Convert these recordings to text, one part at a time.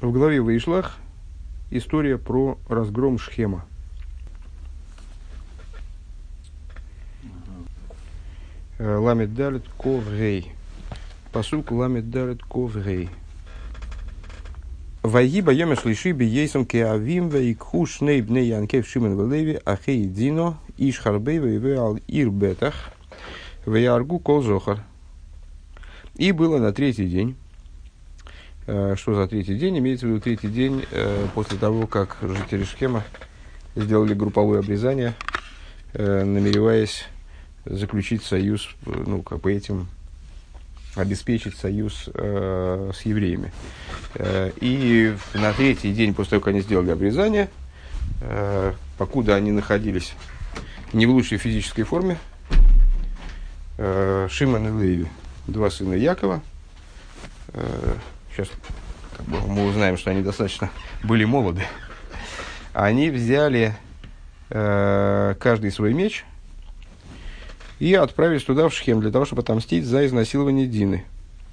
В главе Ваишлах история про разгром Шхема. Ламед далет ков гей. Пасук ламед далет ков гей. Вайгиба йоме шлиши бейесом кеавим вейкху шней бней янкев шимен велеви ахей дино иш харбей вейвеал ир бетах вейаргу кол зохар. И было на третий день. Что за третий день? Имеется в виду третий день после того, как жители Шхема сделали групповое обрезание, намереваясь заключить союз, этим обеспечить союз с евреями. И на третий день после того, как они сделали обрезание, покуда они находились не в лучшей физической форме, Шимон и Леви, два сына Якова, сейчас мы узнаем, что они достаточно были молоды, они взяли каждый свой меч и отправились туда, в Шхем, для того, чтобы отомстить за изнасилование Дины.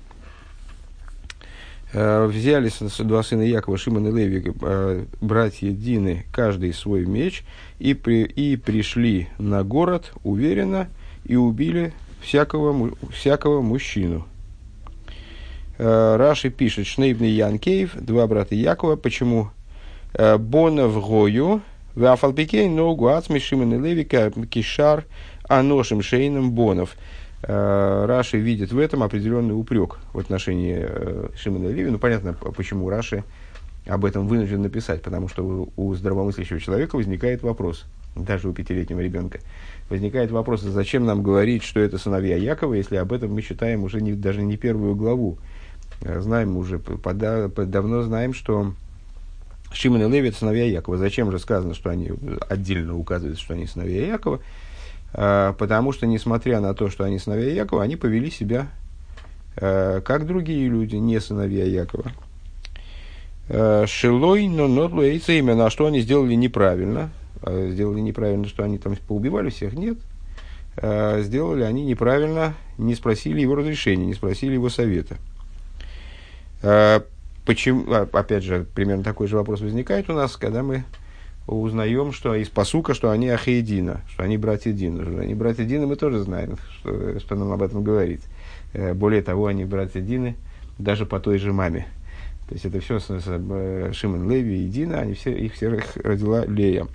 Взяли два сына Якова, Шимон и Леви, братья Дины, каждый свой меч, и пришли на город уверенно и убили всякого мужчину. Раши пишет: Шнейбный Янкеев, два брата Якова. Почему? Бона в Гою, Вафалпикей, Ногу, Ацми, Шимон и Леви, Кишар, Аношим, Шейном, Бонов. Раши видит в этом определенный упрек в отношении Шимона и Леви. Понятно, почему Раши об этом вынужден написать, потому что у здравомыслящего человека возникает вопрос, даже у 5-летнего ребенка, возникает вопрос, зачем нам говорить, что это сыновья Якова, если об этом мы читаем уже даже не первую главу. Знаем уже, давно знаем, что Шимон и Леви – это сыновья Якова. Зачем же сказано, что они отдельно указывают, что они сыновья Якова? Потому что, несмотря на то, что они сыновья Якова, они повели себя как другие люди, не сыновья Якова. Шилой, но нотлу эйца, именно, а что они сделали неправильно? Сделали неправильно, что они там поубивали всех? Нет. Сделали они неправильно, не спросили его разрешения, не спросили его совета. Почему? Опять же, примерно такой же вопрос возникает у нас, когда мы узнаем, что из пасука, что они Ахейдина, что они братья Дина. Что они братья Дина, мы тоже знаем, что нам об этом говорит. Более того, они братья Дины даже по той же маме. То есть это все Шимон, Леви и Дина, их всех родила Лея.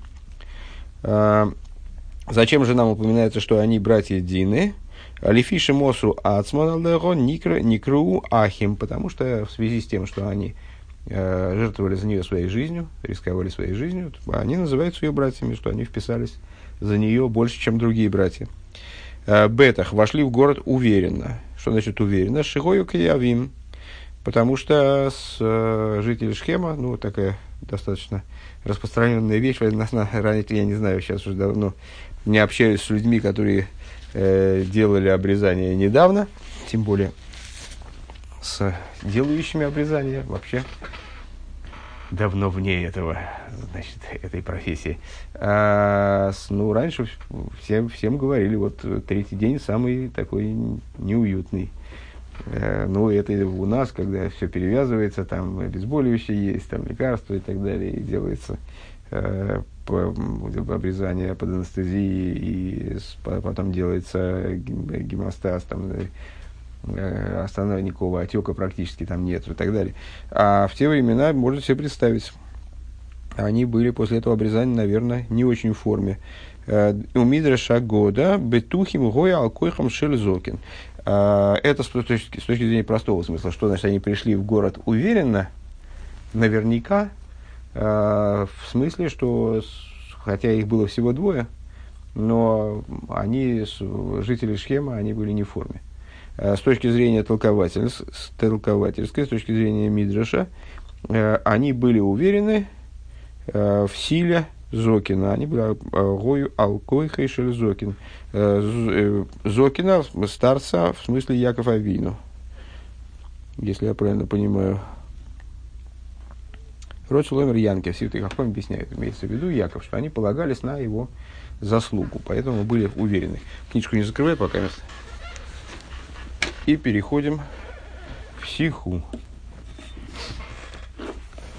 Зачем же нам упоминается, что они братья Дины? Лифиши Мосу Ацман Никру Ахим, потому что в связи с тем, что они жертвовали за нее своей жизнью, рисковали своей жизнью, они называются ее братьями, что они вписались за нее больше, чем другие братья. Бетах вошли в город уверенно. Что значит уверенно? Шигою Киявим. Потому что жители Шхема, такая достаточно распространенная вещь, ранее, я не знаю, сейчас уже давно не общаюсь с людьми, которые делали обрезание недавно, тем более с делающими обрезание вообще давно вне этой профессии. Раньше всем говорили, третий день самый такой неуютный. Это у нас, когда все перевязывается, там обезболивающее есть, там лекарства и так далее, и делается обрезание под анестезией, и потом делается гемостаз, остановки никакого отека практически там нет и так далее. А в те времена, можно себе представить, они были после этого обрезания, наверное, не очень в форме. У Мидраша года бетухим гоя алкойхам шельзокин. Это с точки зрения простого смысла. Что значит, они пришли в город уверенно, наверняка, в смысле, что хотя их было всего двое, но жители Шхема, они были не в форме. С точки зрения толковательской, с точки зрения Мидраша, они были уверены в силе Зокина. Они были гою алкойхой шель Зокин. Зокина, старца, в смысле Яков Авину, если я правильно понимаю. Роцеломер Янкев, Сивты Хахом объясняют, имеется в виду Яков, что они полагались на его заслугу, поэтому были уверены. Книжку не закрывай пока место. И переходим в Сиху.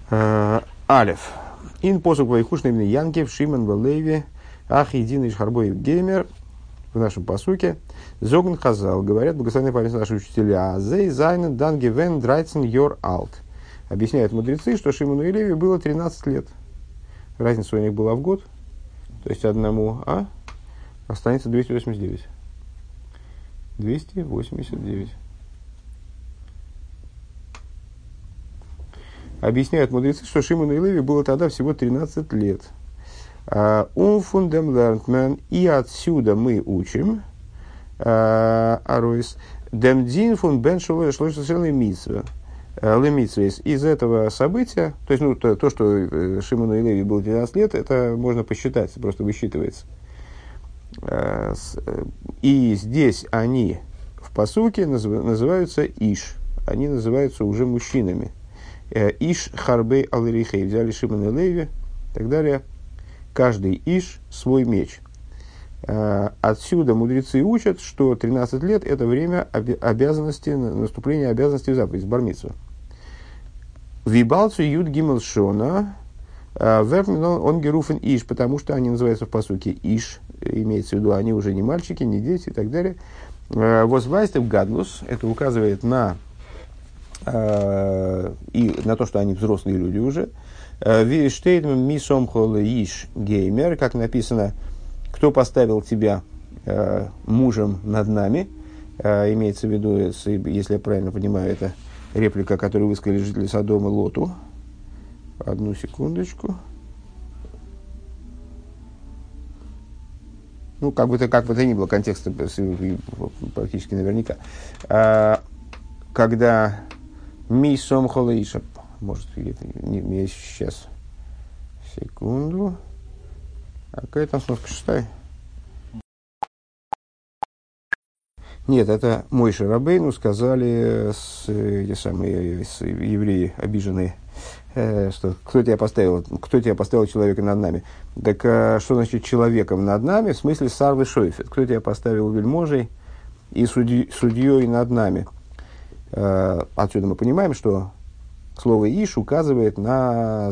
Алеф. Ин посук вайхуш на Янкев, Шимон Валеви, Ах, единый Шхарбой Геймер, в нашем посуке. Зогн Хазал, говорят благословенные память наши учителя, Зей Зайнен Дан Гевен Драйцен Йор Алт. Объясняют мудрецы, что Шимону и Леви было 13 лет. Разница у них была в год. То есть одному останется 289. 289. Объясняют мудрецы, что Шимону и Леви было тогда всего 13 лет. Фундем лернтмен, и отсюда мы учим, Аройс, демдин фун бен шлошесрелый митцва, лемитцвейс. Из этого события, то есть то, что Шимону и Леви было 12 лет, это можно посчитать, просто высчитывается. И здесь они в пасуке называются Иш, они называются уже мужчинами. Иш харбей алэрихей, взяли Шимон и Леви, и так далее. Каждый Иш свой меч. Отсюда мудрецы учат, что 13 лет это время обязанности, наступления обязанностей в заповедь, бар-мицва. Вибалцу юд гимел шона, он геруфен Иш, потому что они называются в пасуке Иш, имеется в виду, они уже не мальчики, не дети и так далее. Возвайстев гадлус, это указывает на то, что они взрослые люди уже. Виштейдм мисомхол иш геймер, как написано, кто поставил тебя мужем над нами, имеется в виду, если я правильно понимаю, это реплика, которую высказали жители Содома Лоту. Одну секундочку. Ну, как бы то ни было, контекст практически наверняка. Когда мисомхол иша, может, я сейчас, секунду. А какая там сноска, 6? Нет, это Мойше Рабейну сказали эти самые евреи обиженные, что кто тебя поставил человека над нами. Так что значит человеком над нами? В смысле сарвы шойфет. Кто тебя поставил вельможей и судьей над нами? Отсюда мы понимаем, что слово «иш» указывает на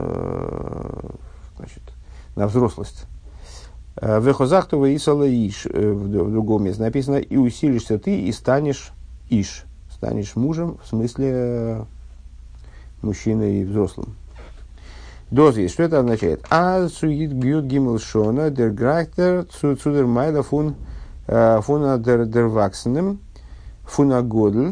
взрослость. «Вехозахтова исала иш» в другом месте написано «и усилишься ты, и станешь иш». Станешь мужем, в смысле мужчиной и взрослым. Дозвис, что это означает? «А цуит гют гимл шона дер грахтер цудер майла фуна дер ваксенем фуна годль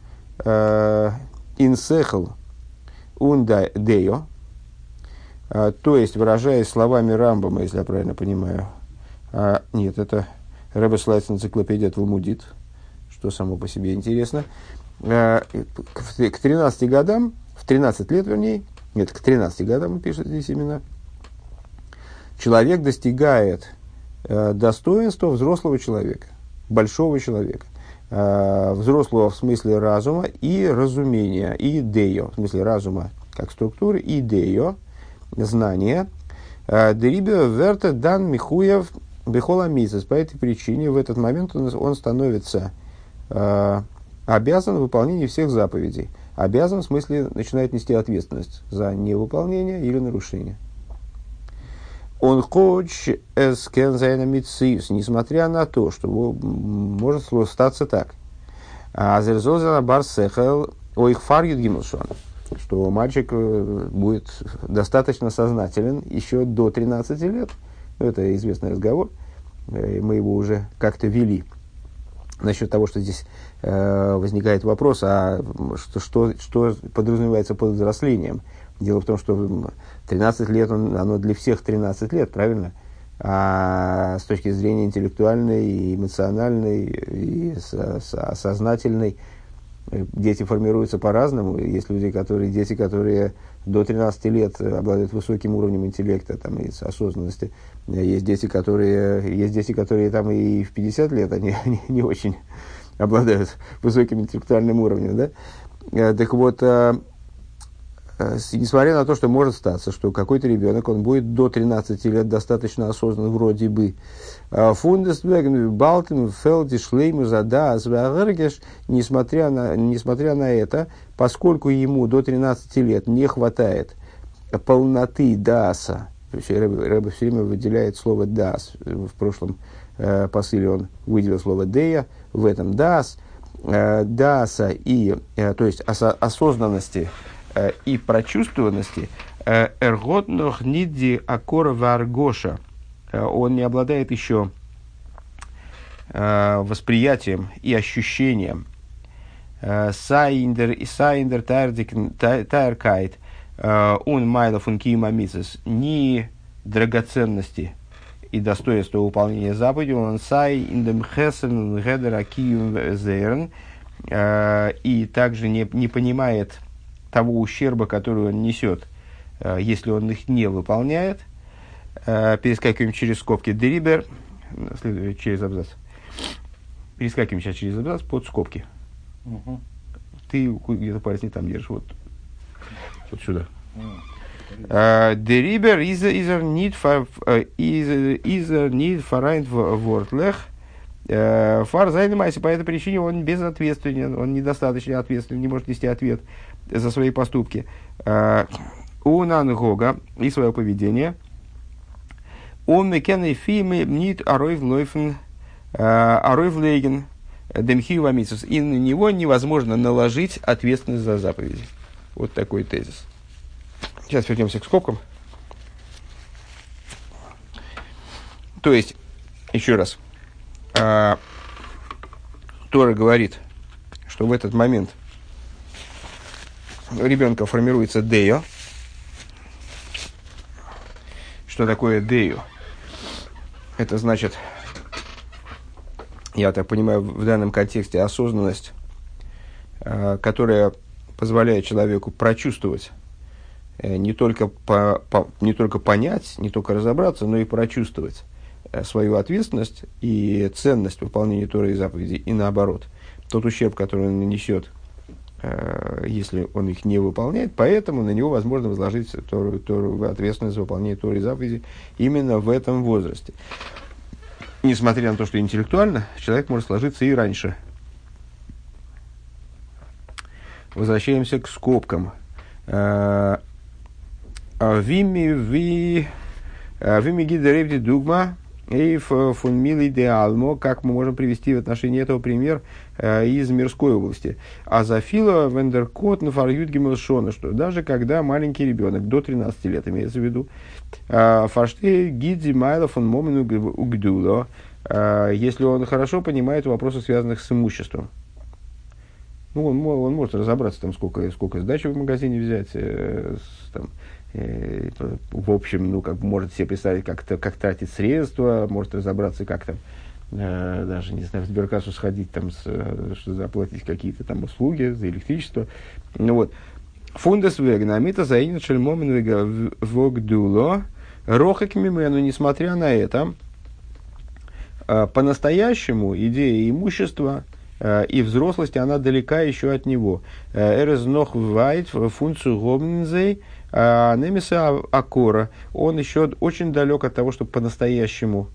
инсехл унда део». То есть, выражаясь словами Рамбама, если я правильно понимаю, нет, это Ребе ссылается на энциклопедию Талмудит, что само по себе интересно, к 13 годам, в 13 лет, вернее, нет, к 13 годам он пишет здесь именно, человек достигает достоинства взрослого человека, большого человека. Взрослого в смысле разума и разумения, и део, в смысле разума как структуры, и део, знания. Дерибио верта дан михуев бехола мисас. По этой причине в этот момент он становится обязан в выполнении всех заповедей. Обязан, в смысле, начинает нести ответственность за невыполнение или нарушение. Он хочет эскензайнамитсиус, несмотря на то, что может статься так. Азерзоза барсехел оихфар юдгимлшон, что мальчик будет достаточно сознателен еще до 13 лет. Это известный разговор. Мы его уже как-то вели. Насчет того, что здесь возникает вопрос, а что подразумевается под взрослением. Дело в том, что 13 лет, оно для всех 13 лет, правильно? А с точки зрения интеллектуальной, и эмоциональной, и сознательной, дети формируются по-разному. Есть дети, которые до 13 лет обладают высоким уровнем интеллекта там, и осознанности. Есть дети, которые там и в 50 лет они не очень обладают высоким интеллектуальным уровнем. Да? Так вот, несмотря на то, что может статься, что какой-то ребенок, он будет до 13 лет достаточно осознан вроде бы. Фундесвеген, Балтен, Фелди, Шлейму, Зада, Азвагергеш, несмотря на это, поскольку ему до 13 лет не хватает полноты даса, то есть Рэбе все время выделяет слово дас, в прошлом посыле он выделил слово дея, в этом дас, даса и, то есть осознанности и прочувствованности, эрготнох ниди акора варгоша, он не обладает еще восприятием и ощущением сайндер тайркайт он майлов он кима мисс ни драгоценности и достоинства выполнения заповеди, он сай индем хесен гедера киум зерн, и также не понимает того ущерба, который он несет, если он их не выполняет. Перескакиваем через скобки. Дерибер, через абзац. Перескакиваем сейчас через абзац под скобки. Угу. Ты где-то палец не там держишь, вот сюда. Дерибер изер нит фарайнт вортлех. Фар занимается по этой причине, он безответственен, он недостаточно ответственен, не может нести ответ за свои поступки. У Нангога и свое поведение. Он мекенный фиме нит аройв лойфен аройв лейген демхи вамицус. И на него невозможно наложить ответственность за заповеди. Вот такой тезис. Сейчас вернемся к скобкам. То есть, еще раз. Тора говорит, что в этот момент у ребенка формируется део. Что такое део? Это значит, я так понимаю, в данном контексте осознанность, которая позволяет человеку прочувствовать, не только понять, не только разобраться, но и прочувствовать свою ответственность и ценность выполнения Торы и заповедей, и наоборот. Тот ущерб, который он нанесет, если он их не выполняет, поэтому на него возможно возложить ответственность за выполнение Торы и заповедей именно в этом возрасте. Несмотря на то, что интеллектуально человек может сложиться и раньше. Возвращаемся к скобкам. Вими гидеревди дугма фон мили де алмо, как мы можем привести в отношении этого пример из мирской области. А зафила вендеркот на фарют гимелшона, что даже когда маленький ребенок, до 13 лет имеется в виду, фаште гидзи майла фон момену угдуло, если он хорошо понимает вопросы, связанных с имуществом. Ну, он может разобраться, там, сколько сдачи в магазине взять, в общем, может себе представить, как тратить средства, может разобраться, как там, даже, не знаю, в сберкассу сходить, там, что заплатить какие-то там услуги за электричество. Ну, вот. Фундес вегнамита заинит шельмомен вогдуло рохак мимену, несмотря на это, по-настоящему идея имущества и взрослости, она далека еще от него. Эрезнох вайт функцию гомнзей немеса акора. Он еще очень далек от того, чтобы по-настоящему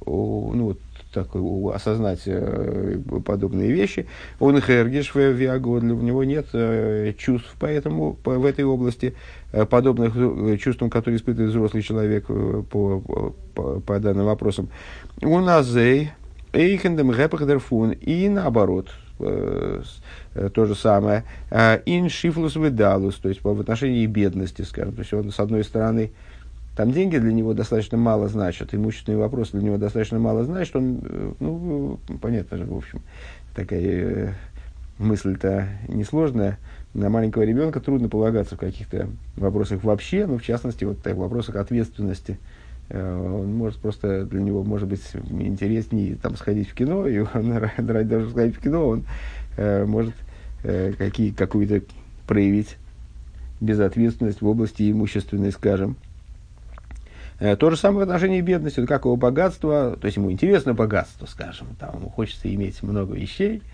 осознать подобные вещи. Он хергиш в виагод, у него нет чувств, поэтому в этой области подобных чувствам, которые испытывает взрослый человек по данным вопросам. У назей эйхендем гэпахдерфун, и наоборот, то же самое. Ин шифлус выдалус, то есть в отношении бедности, скажем. То есть он, с одной стороны, там деньги для него достаточно мало значат, имущественные вопросы для него достаточно мало значат, он, понятно же, в общем, такая мысль-то несложная. На маленького ребенка трудно полагаться в каких-то вопросах вообще, но в частности, вот в вопросах ответственности. Он может просто, для него может быть интереснее там сходить в кино, и он ради даже сходить в кино, он может какую-то проявить безответственность в области имущественной, скажем. То же самое в отношении бедности, как его богатство, то есть ему интересно богатство, скажем, там, ему хочется иметь много вещей,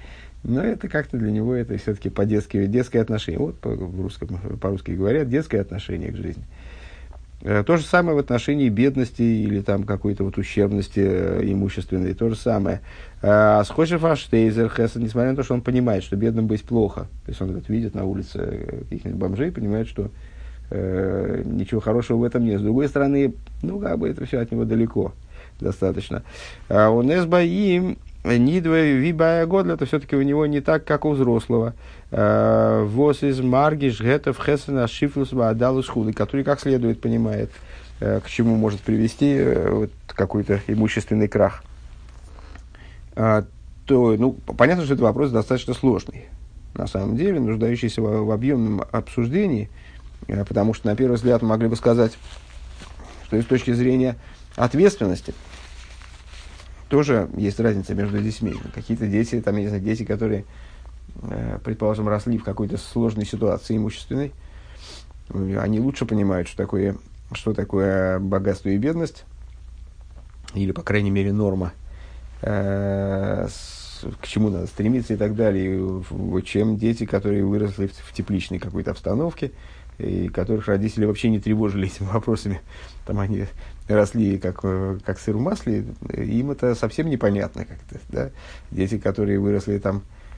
Но это как-то для него это все-таки по-детски, детское отношение. Вот по-русски говорят, детское отношение к жизни. То же самое в отношении бедности или там какой-то вот ущербности имущественной. То же самое. Схожий Аштейзер Хесед, несмотря на то, что он понимает, что бедным быть плохо. То есть он вот, видит на улице каких-нибудь бомжей, понимает, что ничего хорошего в этом нет. С другой стороны, ну, как бы это все от него далеко достаточно. Он эсбаим нидва вибая годля, это все-таки у него не так, как у взрослого. Вос из маргиш гетов хесена шифлус ваадалус худы, который как следует понимает, к чему может привести вот, какой-то имущественный крах. То, ну, понятно, что это вопрос достаточно сложный, на самом деле, нуждающийся в объемном обсуждении, потому что, на первый взгляд, мы могли бы сказать, что с точки зрения ответственности тоже есть разница между детьми. Какие-то дети, там, я не знаю, дети, которые, предположим, росли в какой-то сложной ситуации имущественной, они лучше понимают, что такое богатство и бедность, или, по крайней мере, норма, к чему надо стремиться и так далее, чем дети, которые выросли в тепличной какой-то обстановке, и которых родители вообще не тревожили этими вопросами. Там они росли как сыр в масле, им это совсем непонятно как-то. Да? Дети, которые выросли там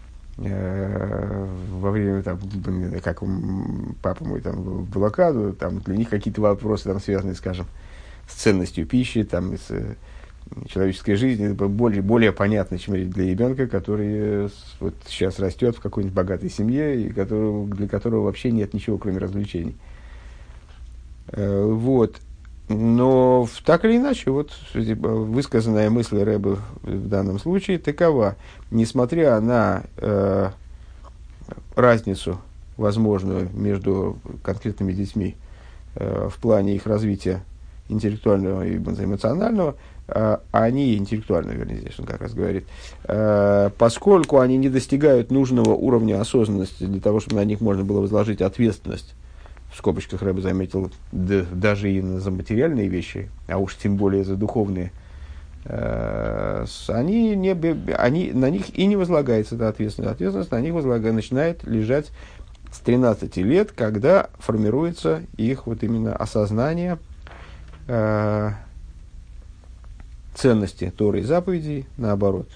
во время, там, как папа мой там, в блокаду, там, для них какие-то вопросы там, связанные, скажем, с ценностью пищи, там, с человеческой жизни, более понятно, чем для ребенка, который вот сейчас растет в какой-нибудь богатой семье, и для которого вообще нет ничего, кроме развлечений. Вот. Но так или иначе, вот высказанная мысль Рэбе в данном случае такова. Несмотря на разницу возможную между конкретными детьми в плане их развития интеллектуального и эмоционального, они, интеллектуально, вернее, здесь он как раз говорит, поскольку они не достигают нужного уровня осознанности для того, чтобы на них можно было возложить ответственность, в скобочках Рэбе заметил, даже и за материальные вещи, а уж тем более за духовные, на них и не возлагается эта ответственность. Ответственность на них начинает лежать с 13 лет, когда формируется их вот именно осознание ценности Торы и заповедей, наоборот,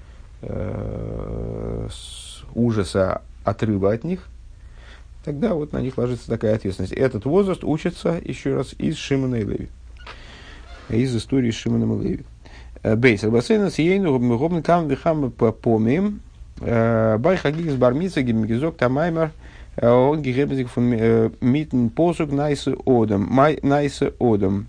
с ужаса отрыва от них, тогда вот на них ложится такая ответственность. Этот возраст учится, еще раз, из Шимона и Леви, из истории с Шимоном и Леви. Бейс, Албасейна, Сиейну, Гобн, Кам, Вихам, Помим, Байхагигс, Бармица, Гимгизок, Тамаймер, он Гигебзик фон Митн, Посук, Найсы Одам.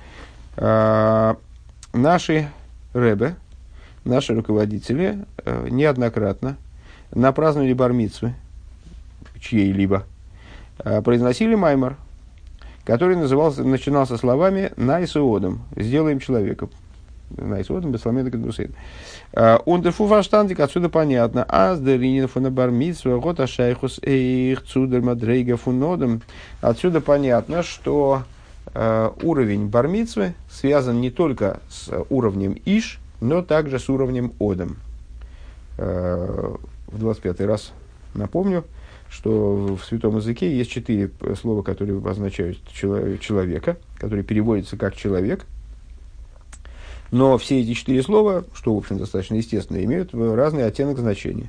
Наши рэбе, наши руководители неоднократно на праздновании бар-мицвы чьей-либо произносили маймор, который начинался словами «Найсуодом», «Сделаем человека». «Найсуодом», «Бесламеда Кадбусейн». «Ундерфу фаштандик», отсюда понятно. «Аздеринин фуна бар-мицва, гота шайхус эйх цудер мадрейга фунодом». Отсюда понятно, что уровень бар-мицвы связан не только с уровнем Иш, но также с уровнем Одом. В 25-й раз напомню, что в святом языке есть 4 слова, которые обозначают человека, которые переводятся как человек. Но все эти 4 слова, что, в общем, достаточно естественно, имеют разный оттенок значения.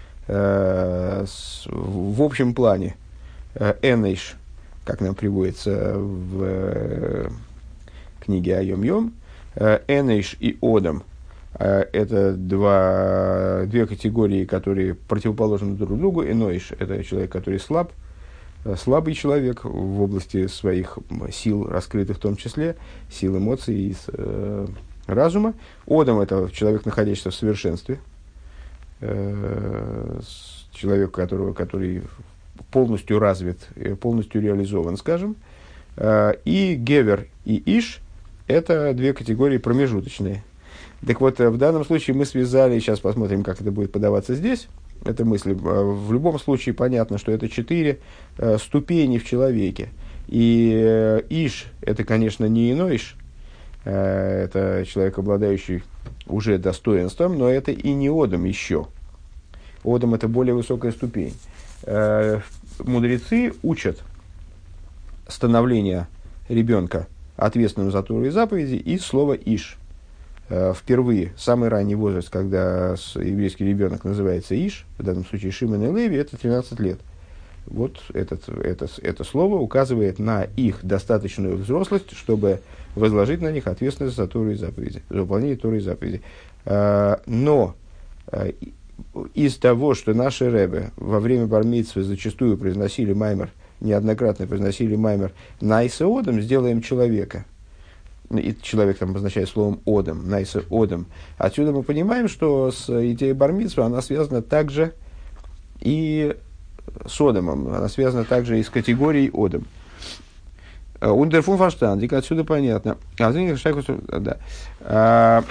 В общем плане «энэйш», как нам приводится в книге Айом-Йом, «энэйш» и «одам» — это две категории, которые противоположны друг другу. «Эноиш» — это человек, который слабый человек в области своих сил, раскрытых в том числе, сил эмоций и разума. «Одам» — это человек, находящийся в совершенстве, человек, который полностью развит, полностью реализован, скажем. И гевер и иш – это 2 категории промежуточные. Так вот, в данном случае мы связали, сейчас посмотрим, как это будет подаваться здесь, эта мысль. В любом случае понятно, что это 4 ступени в человеке. И иш – это, конечно, не иноиш, это человек, обладающий уже достоинством, но это и не одом еще. Одам – это более высокая ступень. Мудрецы учат становление ребенка ответственным за Тору и заповеди из слова «иш». Впервые, самый ранний возраст, когда еврейский ребенок называется «иш», в данном случае Шимон и Леви, это 13 лет. Вот это слово указывает на их достаточную взрослость, чтобы возложить на них ответственность за Тору и заповеди, за выполнение Торы и заповеди. Но из того, что наши ребе во время бар-мицвы зачастую произносили маймер, неоднократно произносили маймер «найса одам», сделаем человека. И человек там обозначает словом «одам», «найса одам». Отсюда мы понимаем, что с идеей бар-мицвы она связана также и с одамом, она связана также и с категорией одам. Ундерфун фаштандик, отсюда понятно. Да.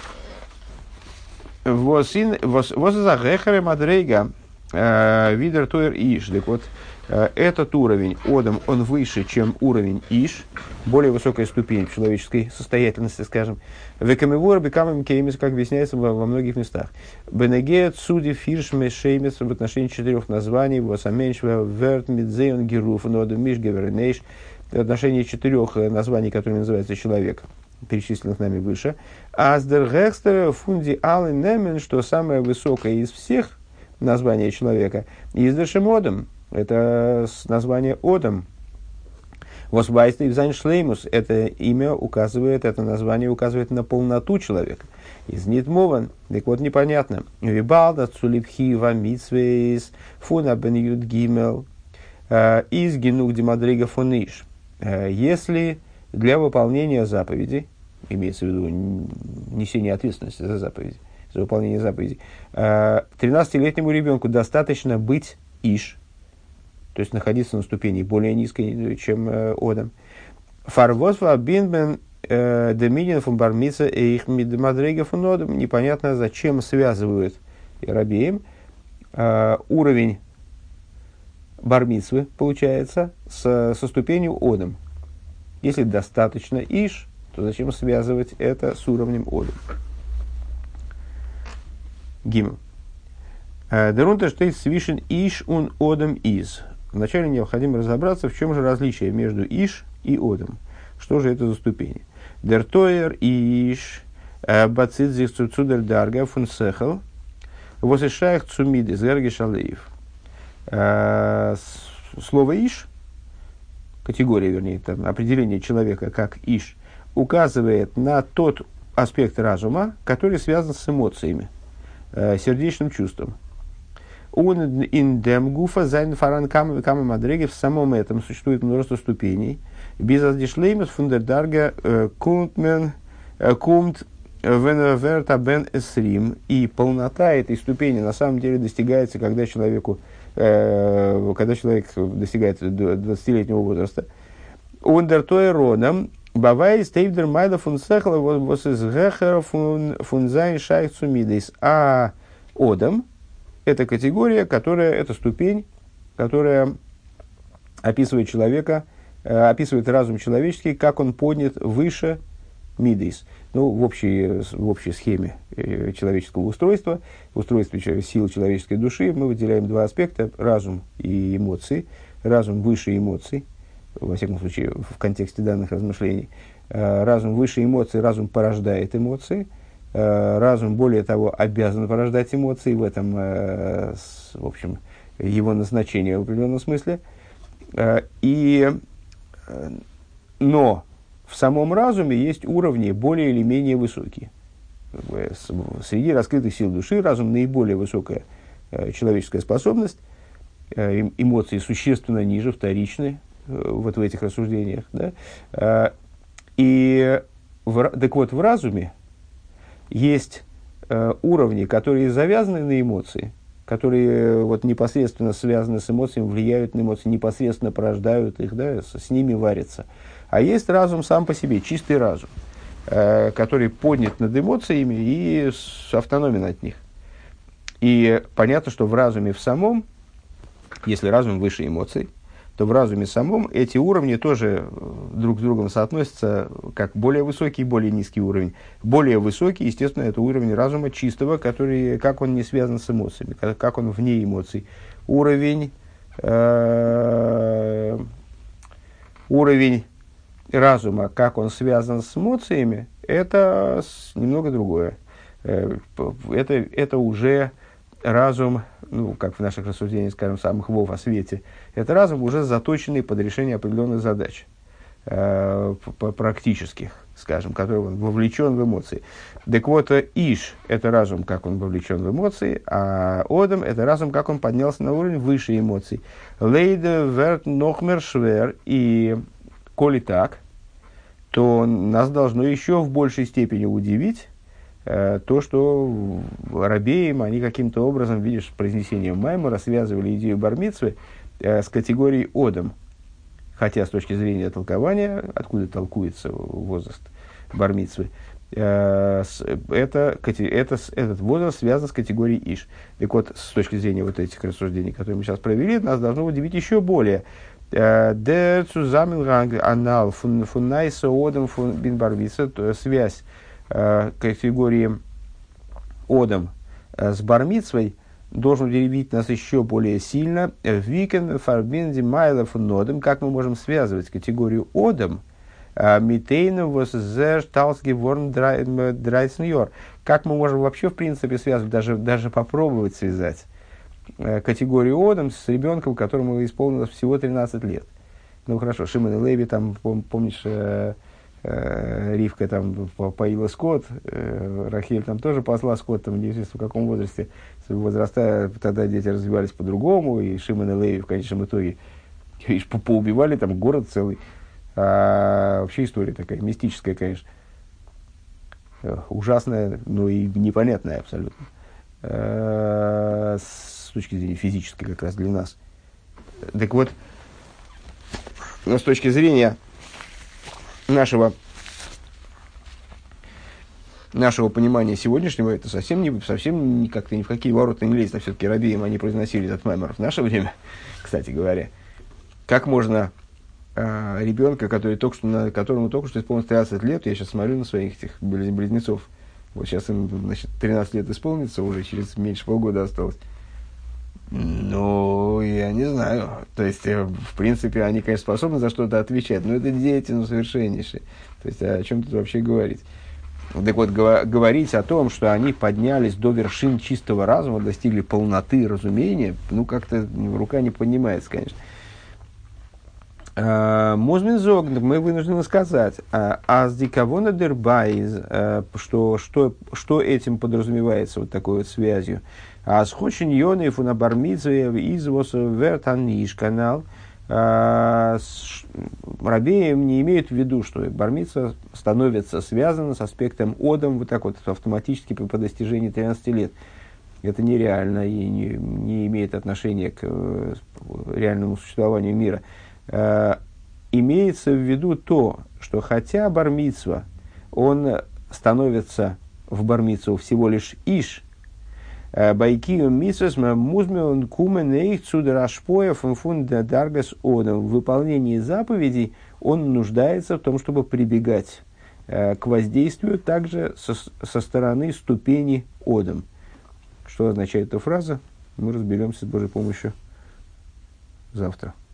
Возазахехаре мадрейга видер тойр иш. Так вот, этот уровень одам, он выше, чем уровень иш, более высокая ступень в человеческой состоятельности, скажем. Векамевур бекамем кеймис, как объясняется во многих местах. Бенеге цуди фирш мешеймис в отношении 4 названий. Восаменш верт мидзеон геруф нодам миш гевернейш. В отношении 4 названий, которые называются человек, перечисленных нами выше. Аздергекстер фунди ален немен, что самое высокое из всех названий человека, издешем одам. Это название одам. Восвайстный взайн шлеймус. Это имя указывает, это название указывает на полноту человека. Из нитмован. Так вот, непонятно. Вибалда цулипхи вамитсвейс фуна бен юд гимел из генук демадрига фониш. Если для выполнения заповедей, имеется в виду несение ответственности за заповеди, за выполнение заповедей, 13-летнему ребенку достаточно быть иш, то есть находиться на ступени более низкой, чем одам. Фарвосва бинбен доминин фун бармица и их мидмадрега фун одам. Непонятно, зачем связывают рабеем уровень бармицвы, получается, со ступенью одам. Если достаточно иш, то зачем связывать это с уровнем одам? Гимл. Дерунта штейт свишен иш ун одам из. Вначале необходимо разобраться, в чем же различие между иш и одам. Что же это за ступени? Дертоер иш бацидзих цуцудер дарга фун сехал восешаях цумиды зерги шалеев. Слово иш, категория, вернее, там, определение человека как иш, указывает на тот аспект разума, который связан с эмоциями, сердечным чувством. Он индем гуфа зайн фаран кама мадреги, в самом этом существует множество ступеней. Без аздишлеймес фундердарга кумтмен кумт венверта бен эсрим. И полнота этой ступени на самом деле достигается, когда человек достигает 20-летнего возраста. Ундертое родом бавай стейвдер майда фун сехла восизгехер фун зайн шайх цумидейс. А одам — это категория, это ступень, которая описывает человека, описывает разум человеческий, как он поднят выше мидейс. Ну, в общей схеме человеческого устройства сил человеческой души мы выделяем 2 аспекта: разум и эмоции. Разум выше эмоций, во всяком случае, в контексте данных размышлений. Разум выше эмоций, разум порождает эмоции. Разум, более того, обязан порождать эмоции, в этом, в общем, его назначение в определенном смысле. Но в самом разуме есть уровни более или менее высокие. Среди раскрытых сил души разум наиболее высокая человеческая способность, эмоции существенно ниже, вторичны вот в этих рассуждениях. Да? Так вот, в разуме есть уровни, которые завязаны на эмоции, которые вот непосредственно связаны с эмоциями, влияют на эмоции, непосредственно порождают их, да, с ними варятся. А есть разум сам по себе, чистый разум, который поднят над эмоциями и автономен от них. И понятно, что в разуме в самом, если разум выше эмоций, то в разуме самом эти уровни тоже друг с другом соотносятся как более высокий и более низкий уровень. Более высокий, естественно, это уровень разума чистого, который, как он не связан с эмоциями, как он вне эмоций. Уровень разума, как он связан с эмоциями, это немного другое. Это уже разум, ну, как в наших рассуждениях, скажем, самых вов о свете, это разум, уже заточенный под решение определенных задач, практических, скажем, который он вовлечен в эмоции. Так вот, Иш – это разум, как он вовлечен в эмоции, а Одам – это разум, как он поднялся на уровень выше эмоций. Лейде верт нохмер швер, и коли так, то нас должно еще в большей степени удивить то, что рабеям, они каким-то образом, видишь, произнесением Маймора связывали идею бар-мицвы с категорией Одам. Хотя с точки зрения толкования, откуда толкуется возраст бар-мицвы, этот возраст связан с категорией Иш. Так вот, с точки зрения вот этих рассуждений, которые мы сейчас провели, нас должно удивить еще более. Der Zusammenhang anal von Neiсе Одам von bin Bar-Mitzvah, связь категории Одам с Бар-Мицвой должен удивить нас еще более сильно. Викен фарбинди майлов нодом, как мы можем связывать категорию Одам митейном воззер талсги ворн драйсньор. Как мы можем вообще в принципе связывать, даже попробовать связать категорию Одам с ребенком, которому исполнилось всего 13 лет. Ну хорошо, Шимон и Леви, там, помнишь, Ривка там поила скот, Рахель там тоже пасла скот, там неизвестно в каком возрасте. Возраста тогда дети развивались по-другому, и Шимон и Леви в конечном итоге поубивали там город целый. А вообще история такая мистическая, конечно. Ужасная, но и непонятная абсолютно. С точки зрения физической как раз для нас. Так вот, но с точки зрения нашего понимания сегодняшнего, это совсем как-то ни в какие ворота не лезет, но все-таки рабеям они произносили этот маймор в наше время, кстати говоря. Как можно ребенка, которому только что исполнилось 13 лет, я сейчас смотрю на своих этих близнецов, вот сейчас им, значит, 13 лет исполнится, уже через меньше полгода осталось. Ну, я не знаю. То есть, в принципе, они, конечно, способны за что-то отвечать, но это дети, ну, совершеннейшие. То есть, о чем тут вообще говорить? Так вот, говорить о том, что они поднялись до вершин чистого разума, достигли полноты разумения, ну, как-то рука не поднимается, конечно. Мозминзог, мы вынуждены сказать, аз диковона дербайз, что этим подразумевается вот такой вот связью. А с хочин йоны фунабармидзе из вас вертаниш канал. Рабеям не имеют в виду, что бармицва становится связана с аспектом Одам вот так вот автоматически по достижении 13 лет. Это нереально и не имеет отношения к реальному существованию мира. Имеется в виду то, что хотя бар-мицва, он становится в бар-мицву всего лишь иш, байкиум мицвас музмеон куменейх цударашпоя фунфун даргас одам. В выполнении заповедей он нуждается в том, чтобы прибегать к воздействию также со стороны ступени одам. Что означает эта фраза, мы разберемся с Божьей помощью завтра.